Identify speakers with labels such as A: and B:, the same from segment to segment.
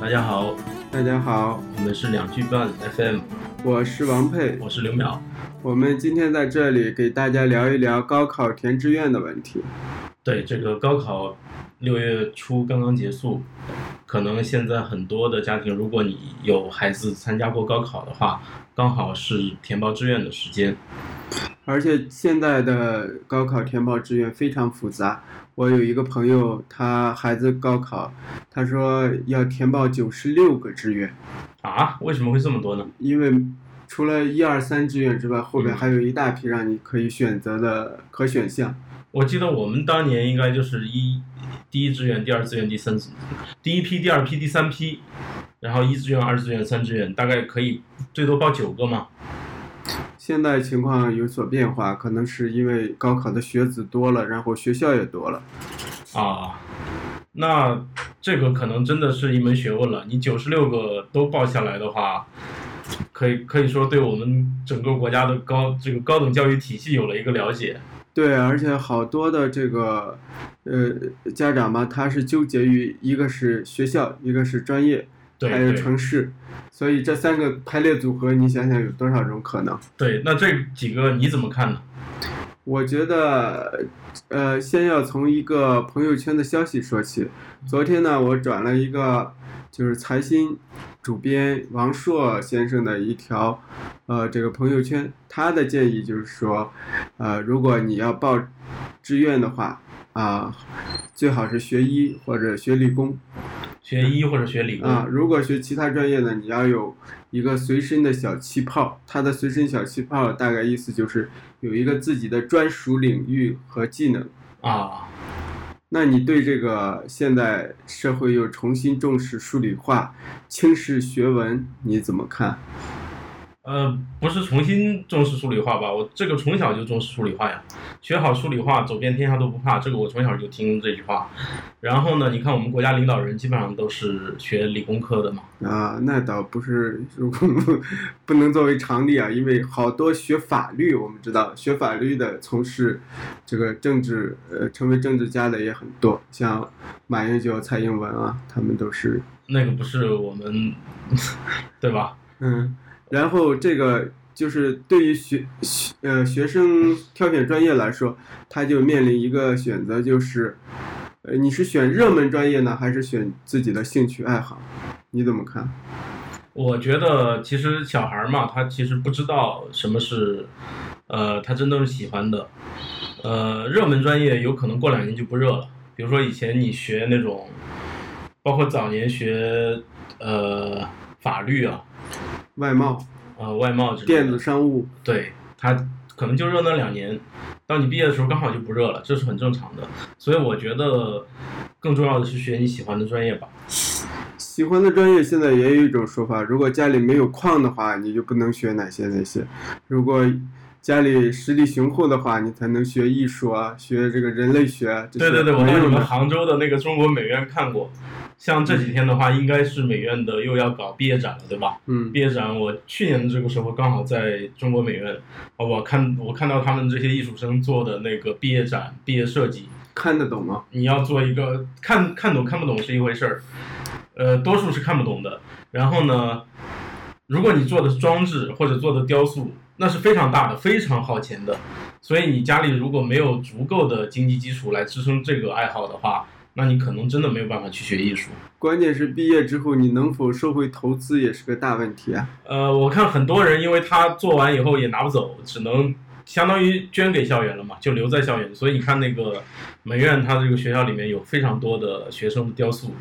A: 大家好，
B: 大家好，
A: 我们是两句半 FM，
B: 我是王佩，
A: 我是刘淼。
B: 我们今天在这里给大家聊一聊高考填志愿的问题。
A: 对，这个高考6月初刚刚结束，可能现在很多的家庭，如果你有孩子参加过高考的话，刚好是填报志愿的时间。
B: 而且现在的高考填报志愿非常复杂。我有一个朋友，他孩子高考，他说要填报96个志愿。
A: 啊？为什么会这么多呢？
B: 因为除了1、2、3志愿之外，后边还有一大批让你可以选择的可选项。
A: 我记得我们当年应该就是第一志愿、第二志愿、第一批、第二批、第三批，然后1志愿、2志愿、3志愿，大概可以最多报9个嘛。
B: 现在情况有所变化，可能是因为高考的学子多了，然后学校也多了。
A: 啊，那这个可能真的是一门学问了。你96个都报下来的话，可以说对我们整个国家的高等教育体系有了一个了解。
B: 对，而且好多的这个家长吧，他是纠结于一个是学校，一个是专业，还有城市，所以这3个排列组合，你想想有多少种可能？
A: 对，那这几个你怎么看呢？
B: 我觉得，先要从一个朋友圈的消息说起。昨天呢，我转了一个就是财新主编王朔先生的一条这个朋友圈，他的建议就是说，如果你要报志愿的话最好是学医或者学理工。
A: 学医或者学理工
B: 如果学其他专业呢，你要有一个随身的小气泡。它的随身小气泡大概意思就是有一个自己的专属领域和技能
A: 啊。
B: 那你对这个现在社会又重新重视数理化、轻视学文，你怎么看？
A: 不是重新重视数理化吧？我这个从小就重视数理化呀，学好数理化，走遍天下都不怕。这个我从小就听这句话。然后呢，你看我们国家领导人基本上都是学理工科的嘛。
B: 那倒不是，不能作为常例啊，因为好多学法律，我们知道学法律的从事这个政治，成为政治家的也很多，像马英九、蔡英文啊，他们都是。
A: 那个不是我们，对吧？
B: 然后这个就是对于学生挑选专业来说，他就面临一个选择，就是你是选热门专业呢，还是选自己的兴趣爱好？你怎么看？
A: 我觉得其实小孩嘛，他其实不知道什么是他真正喜欢的。热门专业有可能过2年就不热了。比如说以前你学那种，包括早年学法律啊。
B: 外贸
A: 之类的
B: 电子商务，
A: 对，它可能就热那2年，到你毕业的时候刚好就不热了，这是很正常的。所以我觉得更重要的是学你喜欢的专业吧。
B: 喜欢的专业现在也有一种说法，如果家里没有矿的话，你就不能学哪些；如果家里实力雄厚的话，你才能学艺术啊，学这个人类学啊。
A: 对，我到你们杭州的那个中国美院看过。像这几天的话，应该是美院的又要搞毕业展了，对吧？毕业展我去年的这个时候刚好在中国美院，我看到他们这些艺术生做的那个毕业展、毕业设计，
B: 看得懂吗？
A: 你要做一个看懂看不懂是一回事儿，多数是看不懂的。然后呢，如果你做的是装置或者做的雕塑，那是非常大的、非常耗钱的。所以你家里如果没有足够的经济基础来支撑这个爱好的话，那你可能真的没有办法去学艺术。
B: 关键是毕业之后你能否收回投资也是个大问题啊。
A: 我看很多人因为他做完以后也拿不走，只能相当于捐给校园了嘛，就留在校园。所以你看那个美院，它这个学校里面有非常多的学生的雕塑。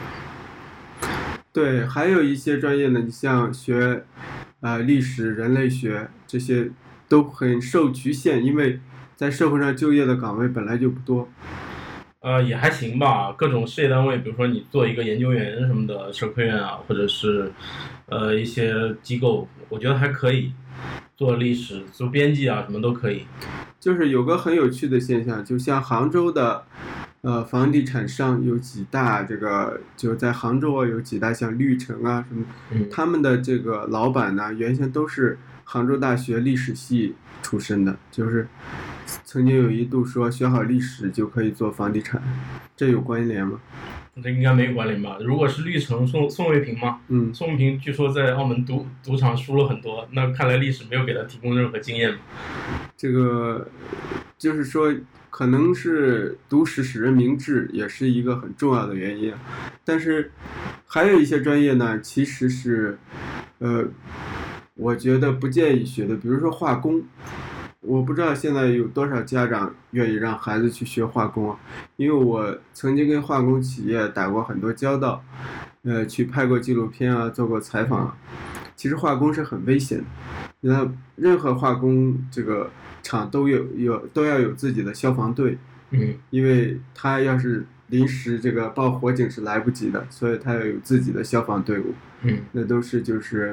B: 对，还有一些专业呢，你像学历史、人类学这些都很受局限，因为在社会上就业的岗位本来就不多。
A: 也还行吧，各种事业单位，比如说你做一个研究员什么的，社科院啊，或者是一些机构，我觉得还可以做历史、做编辑啊，什么都可以。
B: 就是有个很有趣的现象，就像杭州的房地产商有几大，这个就在杭州有几大像绿城啊什么，他们的这个老板呢，原先都是杭州大学历史系出身的，就是曾经有一度说学好历史就可以做房地产，这有关联吗？
A: 这应该没有关联吧？如果是绿城宋卫平嘛，宋卫平据说在澳门赌场输了很多，那看来历史没有给他提供任何经验嘛。
B: 这个就是说，可能是读史使人明智，也是一个很重要的原因。但是还有一些专业呢，其实是，我觉得不建议学的，比如说化工。我不知道现在有多少家长愿意让孩子去学化工啊，因为我曾经跟化工企业打过很多交道，去拍过纪录片啊，做过采访啊。其实化工是很危险的，那任何化工这个厂都要有自己的消防队，因为他要是临时这个报火警是来不及的，所以他要有自己的消防队伍，那都是就是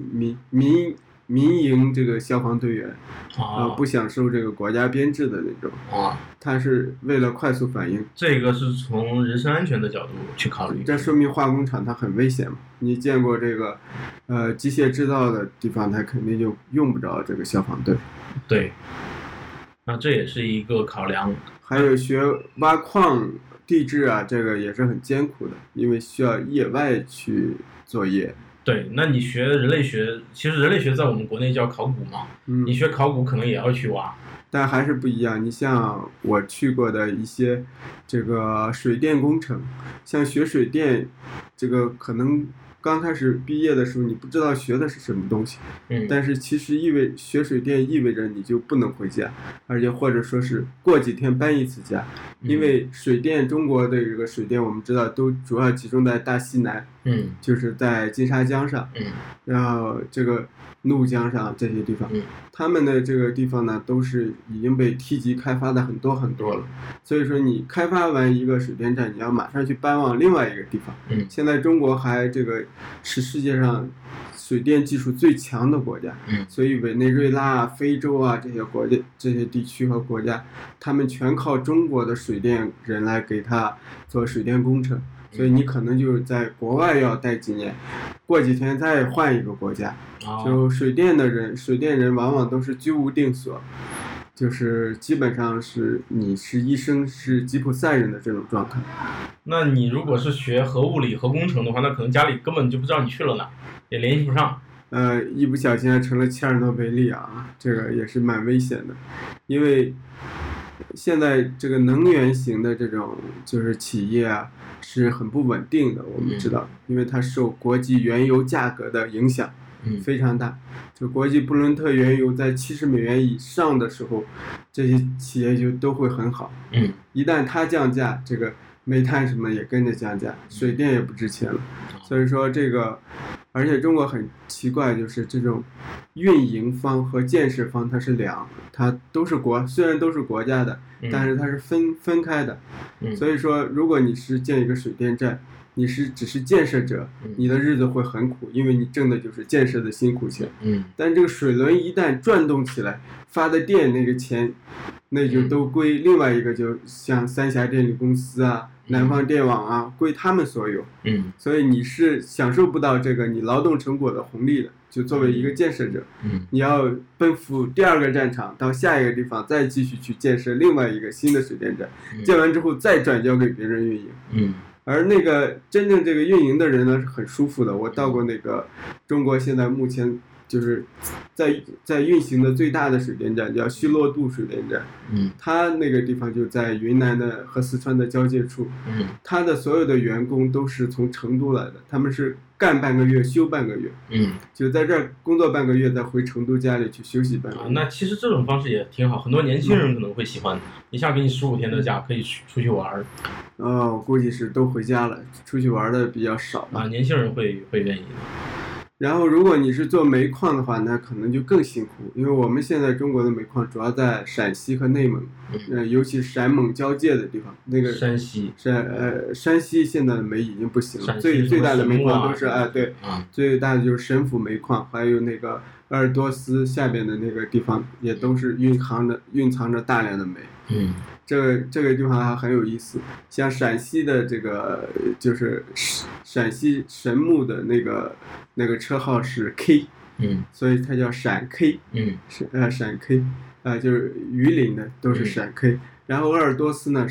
B: 民营这个消防队员，不享受这个国家编制的那种，他是为了快速反应。
A: 这个是从人身安全的角度去考虑。
B: 这说明化工厂它很危险嘛？你见过这个，机械制造的地方，它肯定就用不着这个消防队。
A: 对，那这也是一个考量。
B: 还有学挖矿、地质啊，这个也是很艰苦的，因为需要野外去作业。
A: 对，那你学人类学，其实人类学在我们国内叫考古嘛，你学考古可能也要去挖，
B: 但还是不一样。你像我去过的一些这个水电工程，像学水电，这个可能刚开始毕业的时候你不知道学的是什么东西，但是其实学水电意味着你就不能回家，而且或者说是过几天搬一次家，因为水电中国的这个水电我们知道都主要集中在大西南，就是在金沙江上，然后这个怒江上这些地方，他们的这个地方呢都是已经被梯级开发的很多很多了，所以说你开发完一个水电站，你要马上去搬往另外一个地方。现在中国还这个是世界上水电技术最强的国家，所以委内瑞拉、非洲啊这些国家、这些地区和国家，他们全靠中国的水电人来给他做水电工程。所以你可能就在国外要待几年，过几天再换一个国家。就水电人往往都是居无定所，就是基本上是你是一生是吉普赛人的这种状态。
A: 那你如果是学核物理、核工程的话，那可能家里根本就不知道你去了哪，也联系不上。
B: 一不小心还成了切尔诺贝利啊，这个也是蛮危险的，因为现在这个能源型的这种就是企业啊是很不稳定的，我们知道，因为它受国际原油价格的影响非常大。就国际布伦特原油在$70以上的时候，这些企业就都会很好。一旦它降价，这个煤炭什么也跟着降价，水电也不值钱了。所以说这个，而且中国很奇怪，就是这种运营方和建设方它都是虽然都是国家的，但是它是分开的。所以说如果你是建一个水电站，你只是建设者，你的日子会很苦，因为你挣的就是建设的辛苦钱。但这个水轮一旦转动起来，发的电那个钱，那就都归另外一个，就像三峡电力公司啊、南方电网啊，归他们所有。所以你是享受不到这个你劳动成果的红利的。就作为一个建设者，你要奔赴第二个战场，到下一个地方再继续去建设另外一个新的水电站，建完之后再转交给别人运营。而那个真正这个运营的人呢是很舒服的。我到过那个中国现在目前就是在运行的最大的水电站叫希洛渡水电站，它那个地方就在云南的和四川的交界处，它的所有的员工都是从成都来的，他们是干半个月休半个月，就在这儿工作半个月，再回成都家里去休息半个月。
A: 那其实这种方式也挺好，很多年轻人可能会喜欢，一下给你15天的假，可以出去玩。
B: 我估计是都回家了，出去玩的比较少吧。
A: 年轻人会愿意的。
B: 然后如果你是做煤矿的话，那可能就更辛苦，因为我们现在中国的煤矿主要在陕西和内蒙，尤其陕蒙交界的地方。那个
A: 山西
B: 现在的煤已经不行了，最大的煤矿都是对，最大的就是神府煤矿，还有那个鄂尔多斯下边的那个地方，也都是蕴藏着大量的煤。这个地方还很有意思，像陕西的这个就是陕西神木的那个车号是 K，所以它叫陕 K，陕 K，就是榆林的都是陕 K，然后鄂尔多斯呢是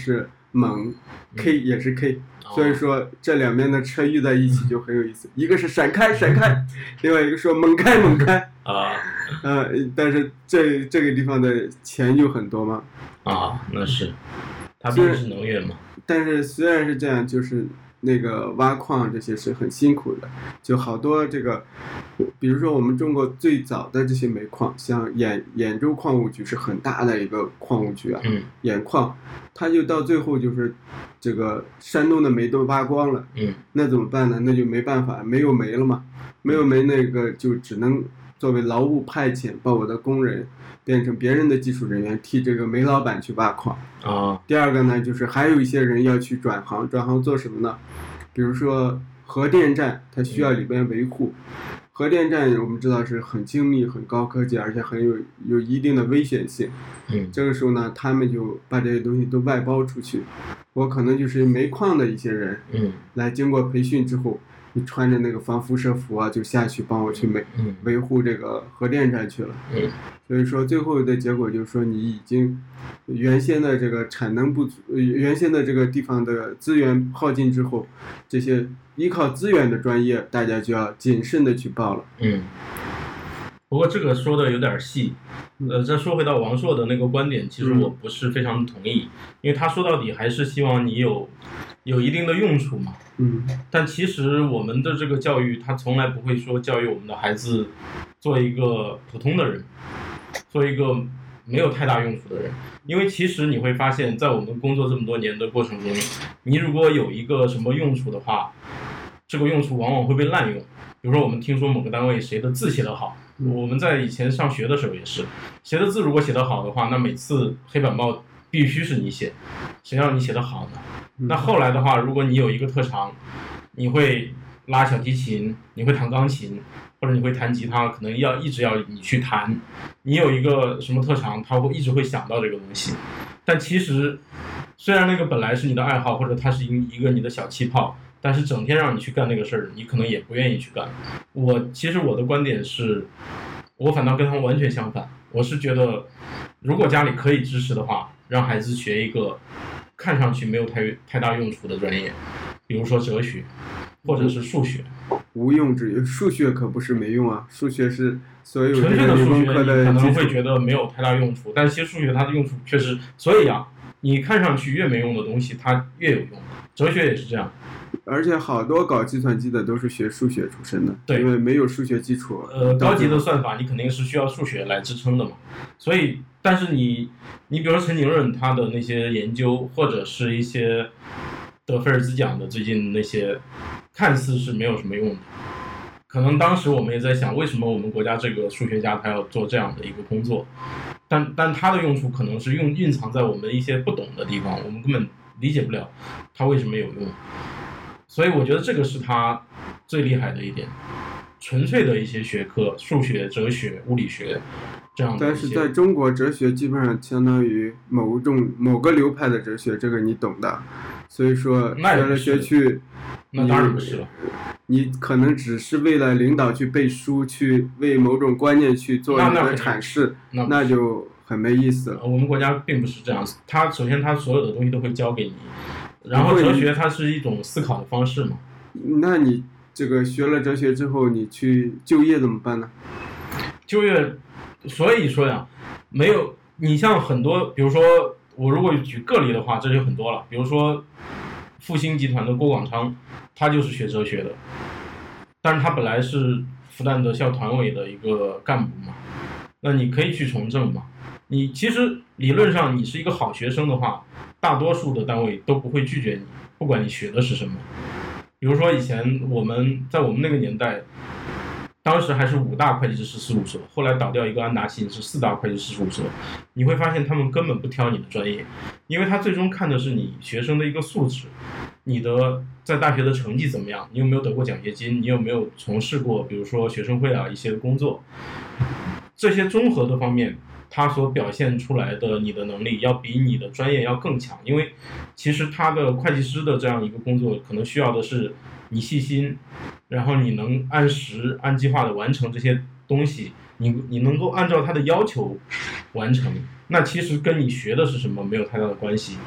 B: 猛 K 也是 K，所以说这两边的车遇在一起就很有意思，一个是闪开闪开，另外一个说猛开猛开
A: 啊。
B: 但是这个地方的钱就很多嘛。
A: 那是，它毕竟是能源嘛。
B: 但是虽然是这样，就是那个挖矿这些是很辛苦的，就好多这个，比如说我们中国最早的这些煤矿，像兖州矿务局是很大的一个矿务局啊，兖矿，它就到最后就是这个山东的煤都挖光了，那怎么办呢？那就没办法，没有煤了嘛，没有煤那个就只能作为劳务派遣，把我的工人变成别人的技术人员，替这个煤老板去挖矿。第二个呢，就是还有一些人要去转行做什么呢？比如说核电站，它需要里边维护。核电站我们知道是很精密、很高科技，而且很有一定的危险性。这个时候呢，他们就把这些东西都外包出去。我可能就是煤矿的一些人，来经过培训之后，你穿着那个防辐射服啊，就下去帮我去维护这个核电站去了。所以说最后的结果就是说，你已经原先的这个产能不足，原先的这个地方的资源耗尽之后，这些依靠资源的专业，大家就要谨慎的去报了。
A: 不过这个说的有点细，再说回到王朔的那个观点，其实我不是非常同意，因为他说到底还是希望你有一定的用处嘛。但其实我们的这个教育，他从来不会说教育我们的孩子做一个普通的人，做一个没有太大用处的人。因为其实你会发现，在我们工作这么多年的过程中，你如果有一个什么用处的话，这个用处往往会被滥用。比如说我们听说某个单位谁的字写得好，我们在以前上学的时候也是，谁的字如果写得好的话，那每次黑板报必须是你写，谁让你写得好呢？那后来的话，如果你有一个特长，你会拉小提琴，你会弹钢琴，或者你会弹吉他，可能一直要你去弹。你有一个什么特长，他一直会想到这个东西。但其实，虽然那个本来是你的爱好，或者它是一个你的小气泡，但是整天让你去干那个事儿，你可能也不愿意去干。其实我的观点是，我反倒跟他们完全相反。我是觉得，如果家里可以支持的话，让孩子学一个看上去没有太大用处的专业，比如说哲学，或者是数学。
B: 无用之用，数学可不是没用啊，数学是所有
A: 纯粹的数学，你可能
B: 会
A: 会觉得没有太大用处，但是其实数学它的用处确实，所以你看上去越没用的东西，它越有用。哲学也是这样。
B: 而且好多搞计算机的都是学数学出身的，
A: 对，
B: 因为没有数学基础。
A: 高级的算法你肯定是需要数学来支撑的嘛。所以，但是你比如说陈景润他的那些研究，或者是一些得菲尔兹奖的最近那些，看似是没有什么用的。可能当时我们也在想，为什么我们国家这个数学家他要做这样的一个工作？但他的用处可能是蕴藏在我们一些不懂的地方，我们根本理解不了他为什么有用。所以我觉得这个是他最厉害的一点，纯粹的一些学科，数学、哲学、物理学这样的。
B: 但是在中国，哲学基本上相当于某个流派的哲学，这个你懂的。所以说学来学去，
A: 那当然不是了。
B: 你可能只是为了领导去背书，去为某种观念去做一个阐释，那就很没意思了。
A: 我们国家并不是这样子，首先他所有的东西都会教给你。然后哲学它是一种思考的方式嘛？
B: 那你这个学了哲学之后，你去就业怎么办呢？
A: 就业，所以说呀，没有你像很多，比如说我如果举个例的话，这就很多了。比如说复兴集团的郭广昌，他就是学哲学的，但是他本来是复旦的校团委的一个干部嘛，那你可以去从政嘛。你其实理论上你是一个好学生的话，大多数的单位都不会拒绝你，不管你学的是什么。比如说以前在我们那个年代，当时还是5大会计师事务所，后来倒掉一个安达信是4大会计师事务所。你会发现他们根本不挑你的专业，因为他最终看的是你学生的一个素质，你的在大学的成绩怎么样，你有没有得过奖学金，你有没有从事过比如说学生会一些工作，这些综合的方面他所表现出来的你的能力要比你的专业要更强。因为其实他的会计师的这样一个工作可能需要的是你细心，然后你能按时按计划的完成这些东西，你能够按照他的要求完成，那其实跟你学的是什么没有太大的关系。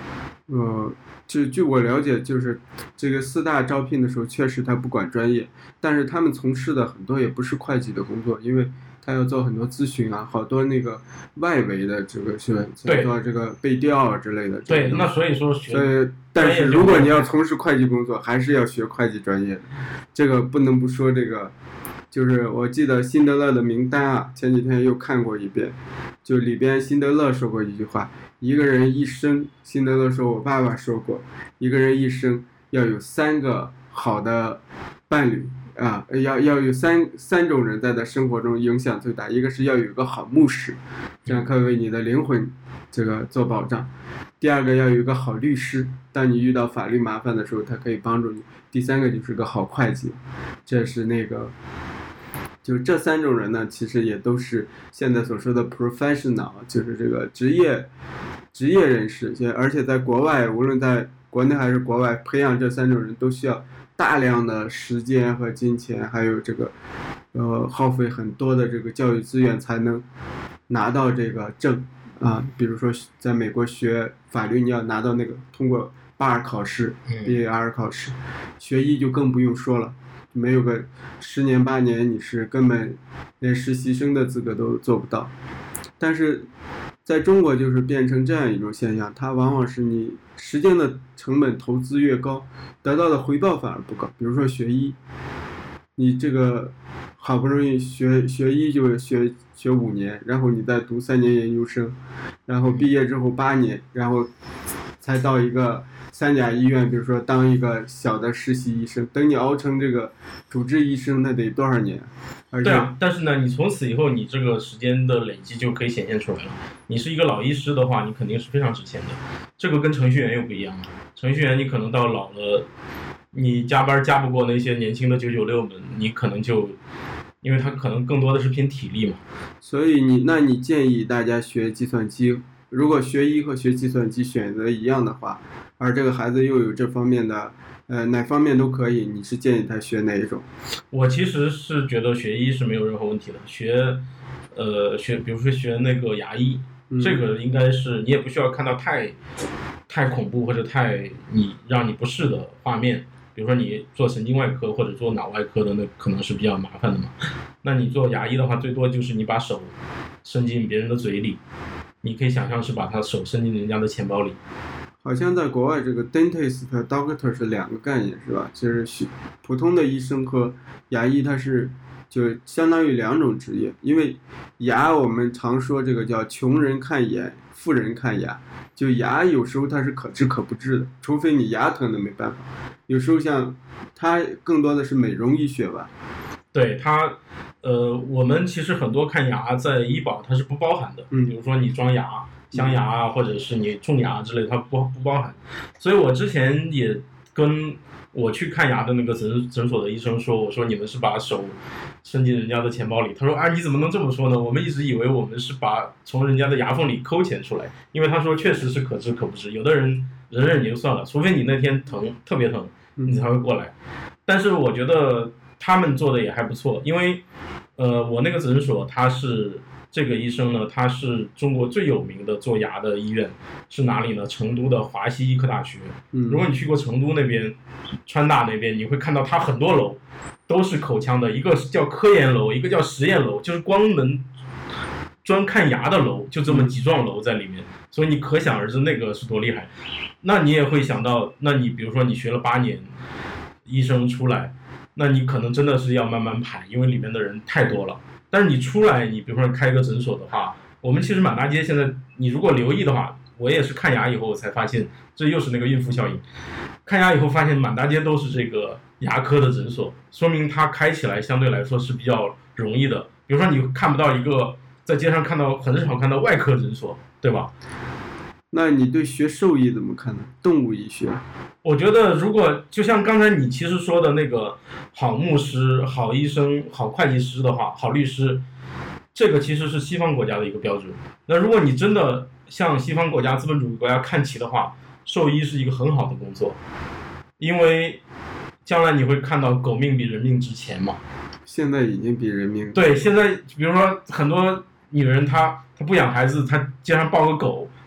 B: 据我了解，就是这个四大招聘的时候，确实他不管专业，但是他们从事的很多也不是会计的工作，因为他要做很多咨询啊，好多那个外围的这个是做这个背调啊之类的。
A: 对，那所以说
B: 但是如果你要从事会计工作，还是要学会计专业的，这个不能不说这个。就是我记得辛德勒的名单啊，前几天又看过一遍，就里边辛德勒说过一句话：一个人一生，辛德勒说，我爸爸说过，一个人一生要有3个好的伴侣啊，要有三种人在他生活中影响最大，一个是要有一个好牧师，这样可以为你的灵魂这个做保障；第二个要有一个好律师，当你遇到法律麻烦的时候，他可以帮助你；第三个就是个好会计，这是那个。就这3种人呢，其实也都是现在所说的 professional， 就是这个职业人士，而且在国外，无论在国内还是国外，培养这3种人都需要大量的时间和金钱，还有这个耗费很多的这个教育资源才能拿到这个证啊。比如说在美国学法律，你要拿到那个通过BAR 考试、BAR 考试，学医就更不用说了。没有个10年8年，你是根本连实习生的资格都做不到。但是在中国就是变成这样一种现象，它往往是你时间的成本投资越高，得到的回报反而不高。比如说学医，你这个好不容易学医就学5年，然后你再读3年研究生，然后毕业之后8年，然后才到一个3甲医院，比如说当一个小的实习医生，等你熬成这个主治医生，那得多少年？
A: 对啊，但是呢，你从此以后，你这个时间的累积就可以显现出来了。你是一个老医师的话，你肯定是非常值钱的。这个跟程序员又不一样了。程序员你可能到老了，你加班加不过那些年轻的996们，你可能就，因为他可能更多的是拼体力嘛。
B: 所以你建议大家学计算机？如果学医和学计算机选择一样的话，而这个孩子又有这方面的，哪方面都可以，你是建议他学哪一种？
A: 我其实是觉得学医是没有任何问题的，比如说学那个牙医，这个应该是你也不需要看到太恐怖或者让你不适的画面。比如说你做神经外科或者做脑外科的，那可能是比较麻烦的嘛。那你做牙医的话，最多就是你把手伸进别人的嘴里。你可以想象是把他手伸进人家的钱包里。
B: 好像在国外，这个 dentist 和 doctor 是2个概念，是吧？就是普通的医生和牙医，它是就相当于2种职业。因为牙我们常说这个叫穷人看眼，富人看牙。就牙有时候它是可治可不治的，除非你牙疼的没办法。有时候像它更多的是美容医学吧。
A: 对它，我们其实很多看牙在医保它是不包含的，比如说你装牙、镶牙啊，或者是你种牙之类的，它不包含。所以我之前也跟我去看牙的那个诊所的医生说，我说你们是把手伸进人家的钱包里，他说啊你怎么能这么说呢？我们一直以为我们是把从人家的牙缝里抠钱出来，因为他说确实是可治可不治，有的人忍忍也就算了，除非你那天疼特别疼，你才会过来。但是我觉得他们做的也还不错，因为我那个诊所这个医生呢，他是中国最有名的做牙的医院，是哪里呢？成都的华西医科大学。如果你去过成都那边、川大那边，你会看到它很多楼都是口腔的，一个是叫科研楼，一个叫实验楼，就是光能专看牙的楼，就这么几幢楼在里面。所以你可想而知那个是多厉害。那你也会想到，那你比如说你学了8年医生出来，那你可能真的是要慢慢排，因为里面的人太多了。但是你出来，你比如说开一个诊所的话，我们其实满大街现在，你如果留意的话，我也是看牙以后我才发现，这又是那个孕妇效应。看牙以后发现满大街都是这个牙科的诊所，说明它开起来相对来说是比较容易的。比如说你看不到一个在街上很少看到外科诊所，对吧？
B: 那你对学兽医怎么看呢？动物医学？
A: 我觉得如果就像刚才你其实说的那个好牧师、好医生、好会计师的话，好律师，这个其实是西方国家的一个标准。那如果你真的向西方国家、资本主义国家看齐的话，兽医是一个很好的工作，因为将来你会看到狗命比人命值钱嘛。
B: 现在已经比人命。
A: 对，现在比如说很多女人她不养孩子，她街上抱个狗，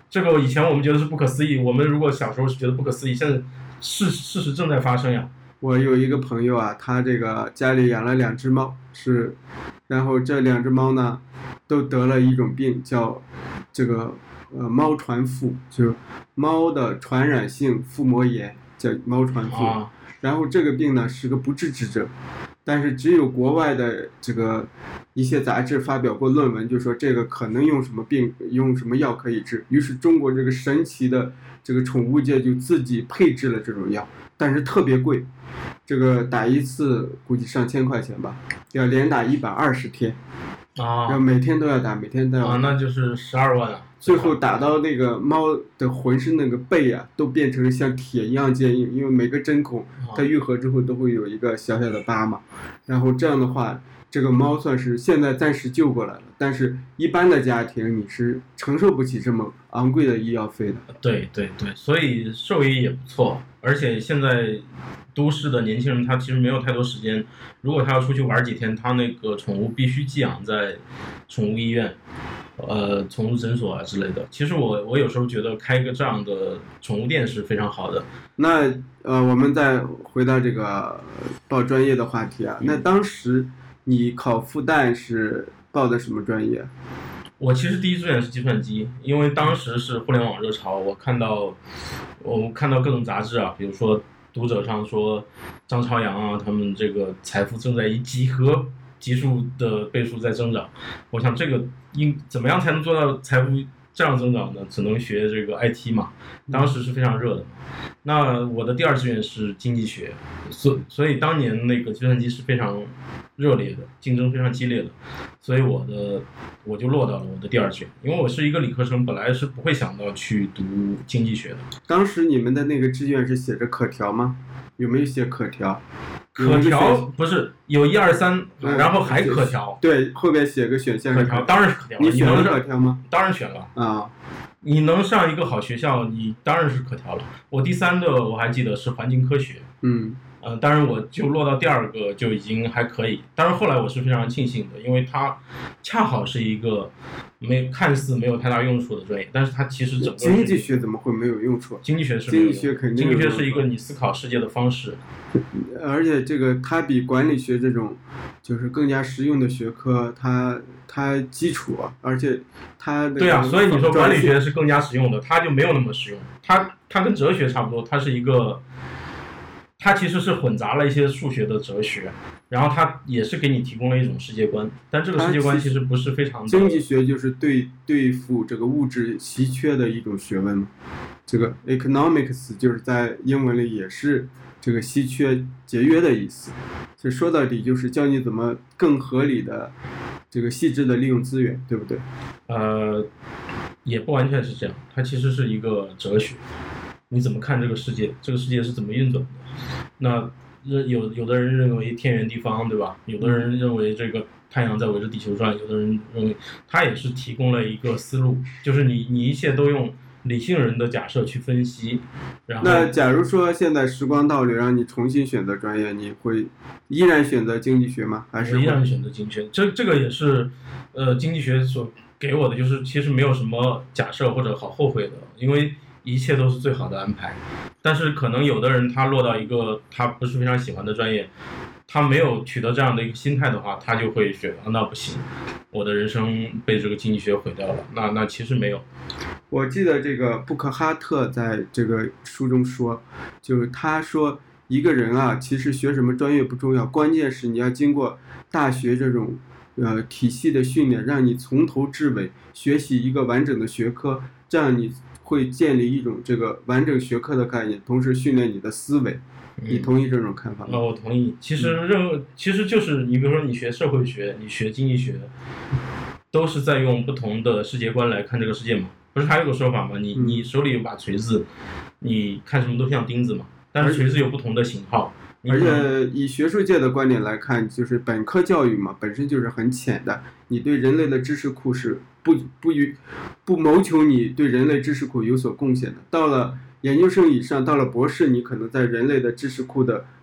A: 这个以前我们觉得是不可思议，我们如果小时候是觉得不可思议，现在事实正在发生呀。
B: 我有一个朋友啊，他这个家里养了2只猫，然后这2只猫呢，都得了一种病，叫这个猫传腹，就是猫的传染性腹膜炎，叫猫传腹。然后这个病呢是个不治之症，但是只有国外的这个一些杂志发表过论文，就说这个可能用什么药可以治。于是中国这个神奇的这个宠物界就自己配制了这种药，但是特别贵，这个打一次估计上千块钱吧，要连打120天，然后每天都要打，每天都要打，
A: 那就是12万啊。
B: 最后打到那个猫的浑身那个背啊，都变成像铁一样坚硬，因为每个针孔它愈合之后都会有一个小小的疤嘛。然后这样的话，这个猫算是现在暂时救过来了，但是一般的家庭你是承受不起这么昂贵的医药费的。
A: 对，所以兽医也不错，而且现在都市的年轻人他其实没有太多时间，如果他要出去玩几天，他那个宠物必须寄养在宠物医院。宠物诊所啊之类的。其实我有时候觉得开一个这样的宠物店是非常好的。
B: 那我们再回到这个报专业的话题啊，那当时你考复旦是报的什么专业？
A: 我其实第一志愿是计算机，因为当时是互联网热潮，我看到各种杂志啊，比如说读者上说张朝阳啊，他们这个财富正在以级数的倍数在增长，我想这个怎么样才能做到财富这样增长呢？只能学这个 IT 嘛，当时是非常热的。那我的第二志愿是经济学，所以当年那个计算机是非常热烈的，竞争非常激烈的，所以我就落到了我的第二志愿，因为我是一个理科生，本来是不会想到去读经济学的。
B: 当时你们的那个志愿是写着可调吗？有没有写可调？
A: 可调不是有1、2、3，然后还可调。
B: 对，后边写个选项
A: 可调，当然是可调。
B: 你选了可调吗？
A: 当然选了
B: 啊。
A: 你能上一个好学校，你当然是可调了。我第3的我还记得是环境科学。当然我就落到第2个就已经还可以。当然后来我是非常庆幸的，因为它恰好是一个看似没有太大用处的专业，但是它其实整个
B: 经济学怎么会没有用处？
A: 经济学是
B: 经济学肯定有用处。
A: 经济学是一个你思考世界的方式，
B: 而且这个它比管理学这种就是更加实用的学科，它基础，而且它
A: 对啊，所以你说管理学是更加实用的，它就没有那么实用。它跟哲学差不多，它是一个。它其实是混杂了一些数学的哲学，然后它也是给你提供了一种世界观，但这个世界观其实不是非常的。
B: 经济学就是对付这个物质稀缺的一种学问嘛。这个 economics 就是在英文里也是这个稀缺节约的意思，就说到底就是教你怎么更合理的这个细致的利用资源，对不对？
A: 也不完全是这样，它其实是一个哲学。你怎么看这个世界？这个世界是怎么运转的？那有的人认为天圆地方，对吧？有的人认为这个太阳在围着地球转，有的人认为它也是提供了一个思路，就是你一切都用理性人的假设去分析。然后
B: 那假如说现在时光倒流，让你重新选择专业，你会依然选择经济学吗？还是
A: 我依然选择经济学？这个也是经济学所给我的，就是其实没有什么假设或者好后悔的，因为一切都是最好的安排。但是可能有的人他落到一个他不是非常喜欢的专业，他没有取得这样的一个心态的话，他就会觉得那不行，我的人生被这个经济学毁掉了。那其实没有。
B: 我记得这个布克哈特在这个书中说，就是他说一个人啊，其实学什么专业不重要，关键是你要经过大学这种体系的训练，让你从头至尾学习一个完整的学科，这样你会建立一种这个完整学科的概念，同时训练你的思维。你同意这种看法吗？
A: 我同意。其实就是你比如说你学社会学，你学经济学，都是在用不同的世界观来看这个世界嘛。不是还有个说法吗？你手里有把锤子，你看什么都像钉子嘛。但是锤子有不同的型号。
B: 而且以学术界的观点来看，就是本科教育嘛，本身就是很浅的。你对人类的知识库是不谋求你对人类知识库有所贡献的。到了研究生以上，到了博士，你可能在人类的知识库的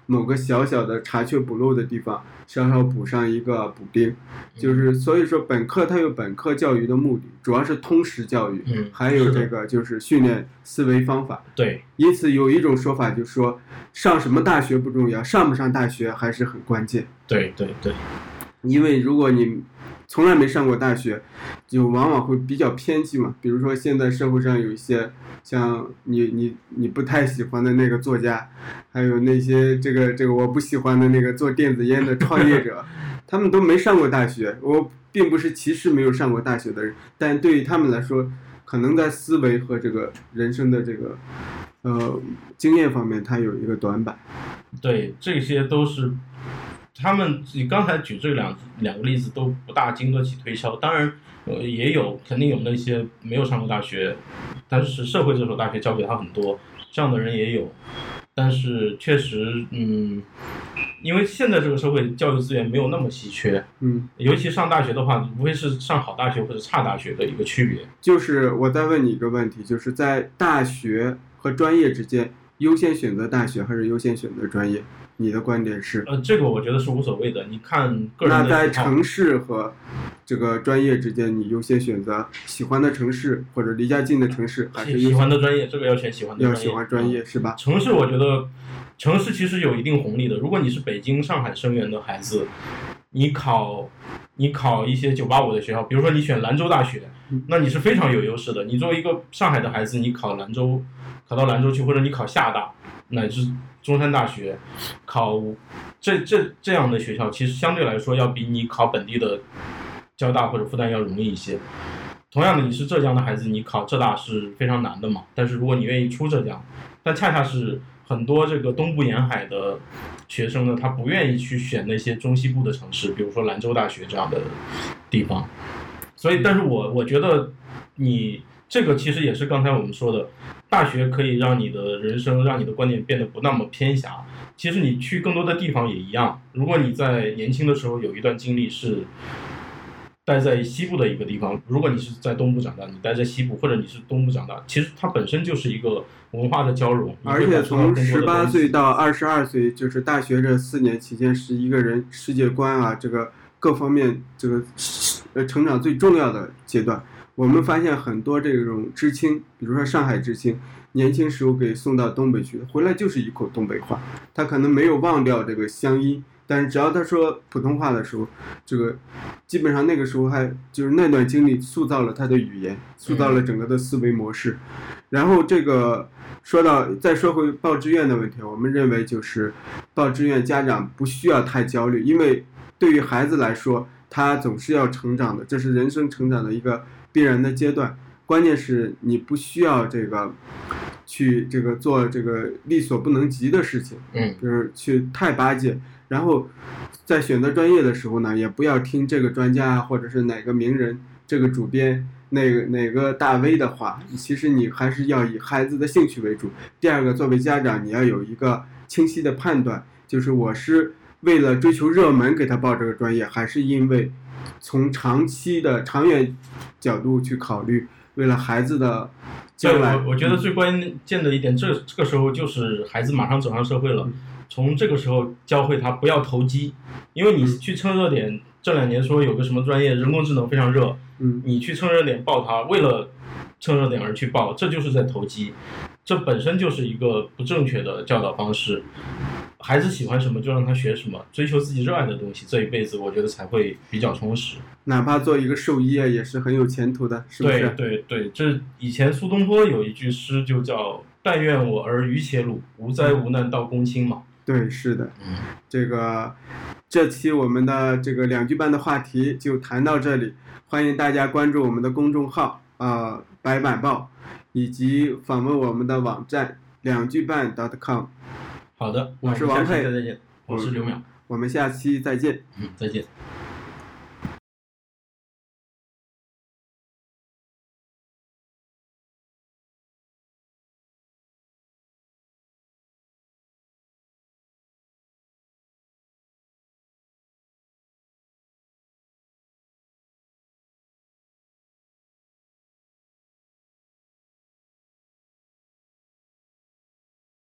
B: 某个小小的查缺补漏的地方，稍稍补上一个补丁。就是所以说本科它有本科教育的目的，主要是通识教育，还有这个就是训练思维方法。
A: 对，
B: 因此有一种说法就是说，上什么大学不重要，上不上大学还是很关键。
A: 对对对，
B: 因为如果你从来没上过大学，就往往会比较偏激嘛。比如说现在社会上有一些像你不太喜欢的那个作家，还有那些这个我不喜欢的那个做电子烟的创业者，他们都没上过大学。我并不是歧视没有上过大学的人，但对于他们来说，可能在思维和这个人生的这个经验方面，他有一个短板。
A: 对，这些都是。他们你刚才举这两个例子都不大经得起推敲，当然，也有肯定有那些没有上过大学，但是社会这所大学教给他很多，这样的人也有，但是确实，因为现在这个社会教育资源没有那么稀缺，尤其上大学的话，无非是上好大学或者差大学的一个区别。
B: 就是我再问你一个问题，就是在大学和专业之间，优先选择大学还是优先选择专业？你的观点是？
A: 这个我觉得是无所谓的。你看个人的。
B: 那在城市和这个专业之间，你优先选择喜欢的城市或者离家近的城市，还是
A: 喜欢的专业？这个要选喜欢的专业。
B: 要喜欢专业是吧？
A: 城市我觉得，城市其实有一定红利的。如果你是北京、上海生源的孩子，你考一些985的学校，比如说你选兰州大学，那你是非常有优势的。你作为一个上海的孩子，你考到兰州去，或者你考厦大，乃至中山大学，考这样的学校，其实相对来说要比你考本地的交大或者复旦要容易一些。同样的，你是浙江的孩子，你考浙大是非常难的嘛。但是如果你愿意出浙江，但恰恰是很多这个东部沿海的学生呢，他不愿意去选那些中西部的城市，比如说兰州大学这样的地方。所以，但是我觉得你这个其实也是刚才我们说的，大学可以让你的人生、让你的观点变得不那么偏狭。其实你去更多的地方也一样。如果你在年轻的时候有一段经历是待在西部的一个地方，如果你是在东部长大，你待在西部，或者你是东部长大，其实它本身就是一个文化的交融。
B: 而且从18岁到22岁，就是大学这4年期间，是一个人世界观啊，这个各方面这个成长最重要的阶段。我们发现很多这种知青，比如说上海知青，年轻时候给送到东北去的，回来就是一口东北话，他可能没有忘掉这个乡音，但是只要他说普通话的时候，这个基本上那个时候还就是那段经历塑造了他的语言，塑造了整个的思维模式。然后这个再说回报志愿的问题，我们认为就是报志愿家长不需要太焦虑，因为对于孩子来说，他总是要成长的，这是人生成长的一个必然的阶段。关键是你不需要去做这个力所不能及的事情，就是去太巴结。然后在选择专业的时候呢，也不要听这个专家或者是哪个名人、这个主编、哪个大 V 的话，其实你还是要以孩子的兴趣为主。第二个，作为家长，你要有一个清晰的判断，就是我是为了追求热门给他报这个专业，还是因为从长远角度去考虑，为了孩子的将来。
A: 我觉得最关键的一点，这个时候就是孩子马上走上社会了，从这个时候教会他不要投机，因为你去蹭热点，这2年说有个什么专业人工智能非常热，你去蹭热点报它，为了蹭热点而去报，这就是在投机，这本身就是一个不正确的教导方式。孩子喜欢什么就让他学什么，追求自己热爱的东西，这一辈子我觉得才会比较充实。
B: 哪怕做一个兽医也是很有前途的，是不是？
A: 对，这以前苏东坡有一句诗就叫“但愿我儿愚且鲁，无灾无难到公卿”嘛。
B: 对，是的。这期我们的这个2句半的话题就谈到这里，欢迎大家关注我们的公众号白板报，以及访问我们的网站2句半 .com。
A: 好的，
B: 我是王佩，
A: 再见。我是刘淼，
B: 我们下期再见。
A: 再见。